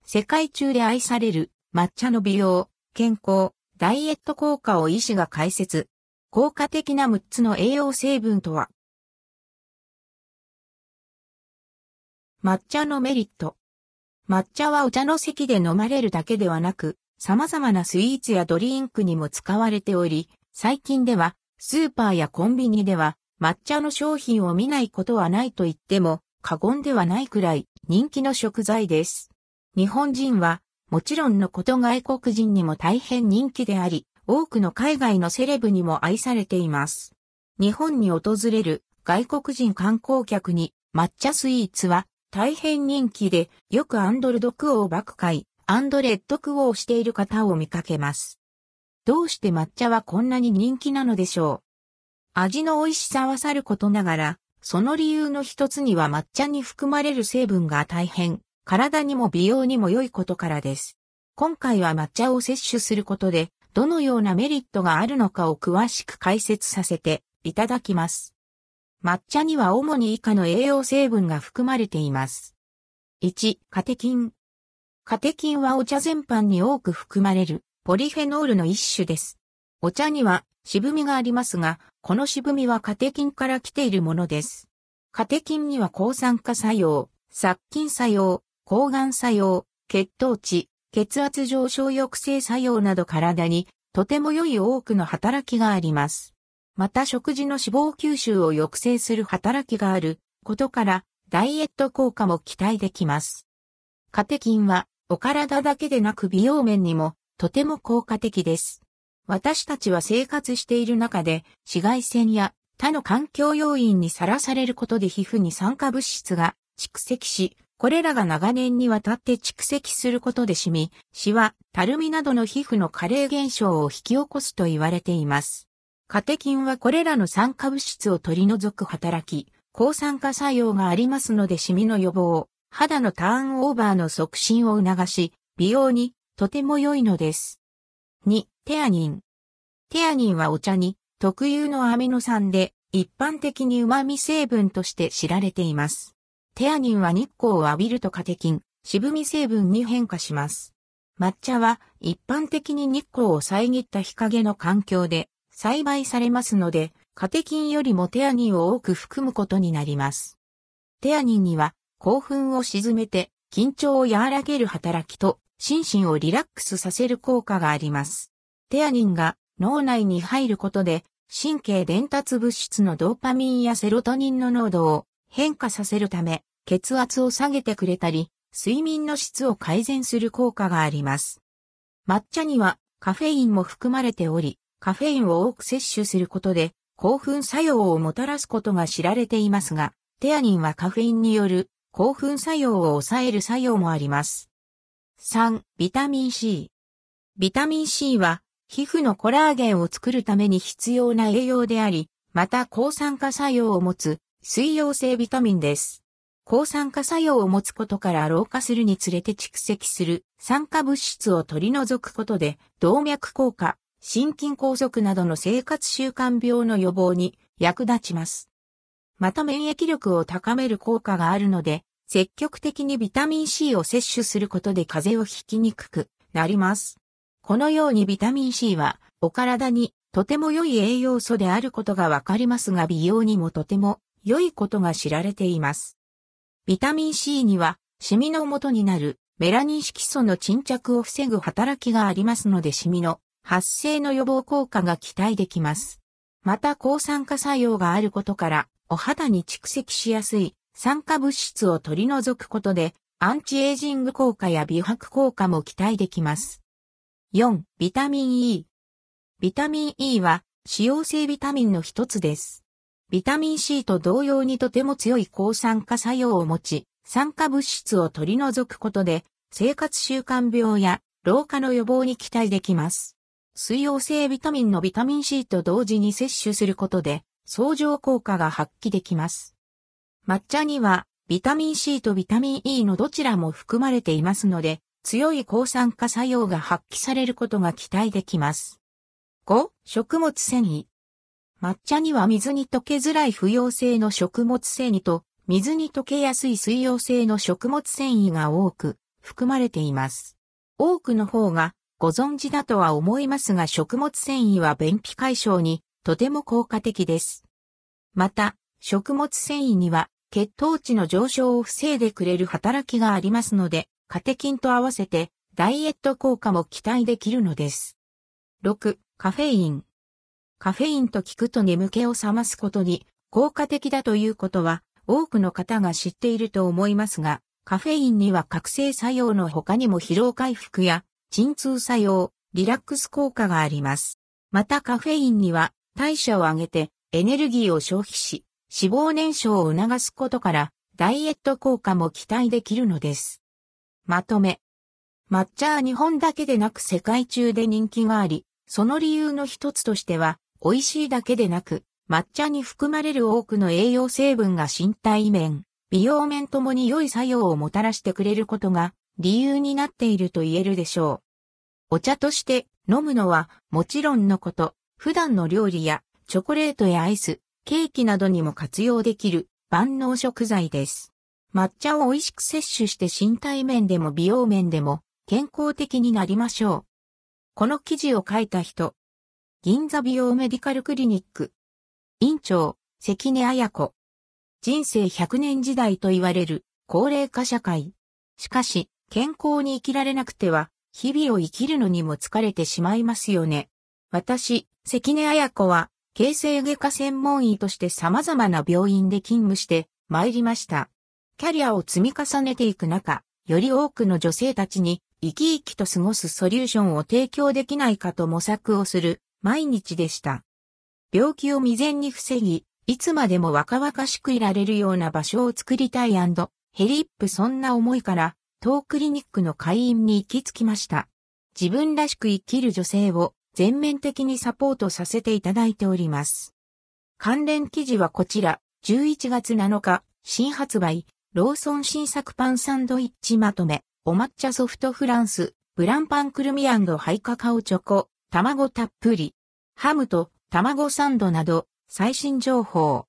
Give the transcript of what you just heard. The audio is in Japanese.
世界中で愛される抹茶の美容、健康、ダイエット効果を医師が解説。効果的な6つの栄養成分とは。抹茶のメリット。抹茶はお茶の席で飲まれるだけではなく、様々なスイーツやドリンクにも使われており、最近ではスーパーやコンビニでは抹茶の商品を見ないことはないと言っても過言ではないくらい人気の食材です。日本人はもちろんのこと外国人にも大変人気であり、多くの海外のセレブにも愛されています。日本に訪れる外国人観光客に抹茶スイーツは大変人気で、よくアンドルドクオー爆買い、アンドレッドクオーしている方を見かけます。どうして抹茶はこんなに人気なのでしょう。味の美味しさはさることながら、その理由の一つには抹茶に含まれる成分が大変、体にも美容にも良いことからです。今回は抹茶を摂取することで、どのようなメリットがあるのかを詳しく解説させていただきます。抹茶には主に以下の栄養成分が含まれています。1、カテキン。カテキンはお茶全般に多く含まれるポリフェノールの一種です。お茶には渋みがありますが、この渋みはカテキンから来ているものです。カテキンには抗酸化作用、殺菌作用、抗がん作用、血糖値、血圧上昇抑制作用など体にとても良い多くの働きがあります。また食事の脂肪吸収を抑制する働きがあることからダイエット効果も期待できます。カテキンはお体だけでなく美容面にもとても効果的です。私たちは生活している中で紫外線や他の環境要因にさらされることで皮膚に酸化物質が蓄積し、これらが長年にわたって蓄積することでシミ、シワ、たるみなどの皮膚の加齢現象を引き起こすと言われています。カテキンはこれらの酸化物質を取り除く働き、抗酸化作用がありますのでシミの予防、肌のターンオーバーの促進を促し、美容にとても良いのです。2、テアニン。テアニンはお茶に特有のアミノ酸で一般的に旨味成分として知られています。テアニンは日光を浴びるとカテキン、渋み成分に変化します。抹茶は一般的に日光を遮った日陰の環境で栽培されますので、カテキンよりもテアニンを多く含むことになります。テアニンには興奮を鎮めて緊張を和らげる働きと心身をリラックスさせる効果があります。テアニンが脳内に入ることで神経伝達物質のドーパミンやセロトニンの濃度を変化させるため血圧を下げてくれたり睡眠の質を改善する効果があります。抹茶にはカフェインも含まれており、カフェインを多く摂取することで興奮作用をもたらすことが知られていますが、テアニンはカフェインによる興奮作用を抑える作用もあります。3、ビタミン C。ビタミン C は皮膚のコラーゲンを作るために必要な栄養であり、また抗酸化作用を持つ水溶性ビタミンです。抗酸化作用を持つことから老化するにつれて蓄積する酸化物質を取り除くことで動脈硬化、心筋梗塞などの生活習慣病の予防に役立ちます。また免疫力を高める効果があるので、積極的にビタミン C を摂取することで風邪をひきにくくなります。このようにビタミン C はお体にとても良い栄養素であることがわかりますが美容にもとても良いことが知られています。ビタミン C にはシミの元になるメラニン色素の沈着を防ぐ働きがありますのでシミの発生の予防効果が期待できます。また抗酸化作用があることからお肌に蓄積しやすい酸化物質を取り除くことでアンチエイジング効果や美白効果も期待できます。4. ビタミン E。ビタミン E は脂溶性ビタミンの一つです。ビタミン C と同様にとても強い抗酸化作用を持ち、酸化物質を取り除くことで生活習慣病や老化の予防に期待できます。水溶性ビタミンのビタミン C と同時に摂取することで相乗効果が発揮できます。抹茶にはビタミン C とビタミン E のどちらも含まれていますので、強い抗酸化作用が発揮されることが期待できます。5. 食物繊維。抹茶には水に溶けづらい不溶性の食物繊維と水に溶けやすい水溶性の食物繊維が多く含まれています。多くの方がご存知だとは思いますが食物繊維は便秘解消にとても効果的です。また、食物繊維には血糖値の上昇を防いでくれる働きがありますので、カテキンと合わせてダイエット効果も期待できるのです。6、カフェイン。カフェインと聞くと眠気を覚ますことに効果的だということは多くの方が知っていると思いますが、カフェインには覚醒作用の他にも疲労回復や鎮痛作用、リラックス効果があります。またカフェインには代謝を上げてエネルギーを消費し、脂肪燃焼を促すことからダイエット効果も期待できるのです。まとめ。抹茶は日本だけでなく世界中で人気があり、その理由の一つとしては、美味しいだけでなく、抹茶に含まれる多くの栄養成分が身体面、美容面ともに良い作用をもたらしてくれることが理由になっていると言えるでしょう。お茶として飲むのはもちろんのこと、普段の料理やチョコレートやアイス、ケーキなどにも活用できる万能食材です。抹茶を美味しく摂取して身体面でも美容面でも健康的になりましょう。この記事を書いた人。銀座美容メディカルクリニック。院長、関根綾子。人生100年時代と言われる高齢化社会。しかし、健康に生きられなくては、日々を生きるのにも疲れてしまいますよね。私、関根綾子は、形成外科専門医として様々な病院で勤務して参りました。キャリアを積み重ねていく中、より多くの女性たちに生き生きと過ごすソリューションを提供できないかと模索をする毎日でした。病気を未然に防ぎ、いつまでも若々しくいられるような場所を作りたい&ヘリップそんな思いから当クリニックの会員に行き着きました。自分らしく生きる女性を全面的にサポートさせていただいております。関連記事はこちら、11月7日、新発売、ローソン新作パンサンドイッチまとめ、お抹茶ソフトフランス、ブランパンくるみ&ハイカカオチョコ、卵たっぷり、ハムと卵サンドなど最新情報。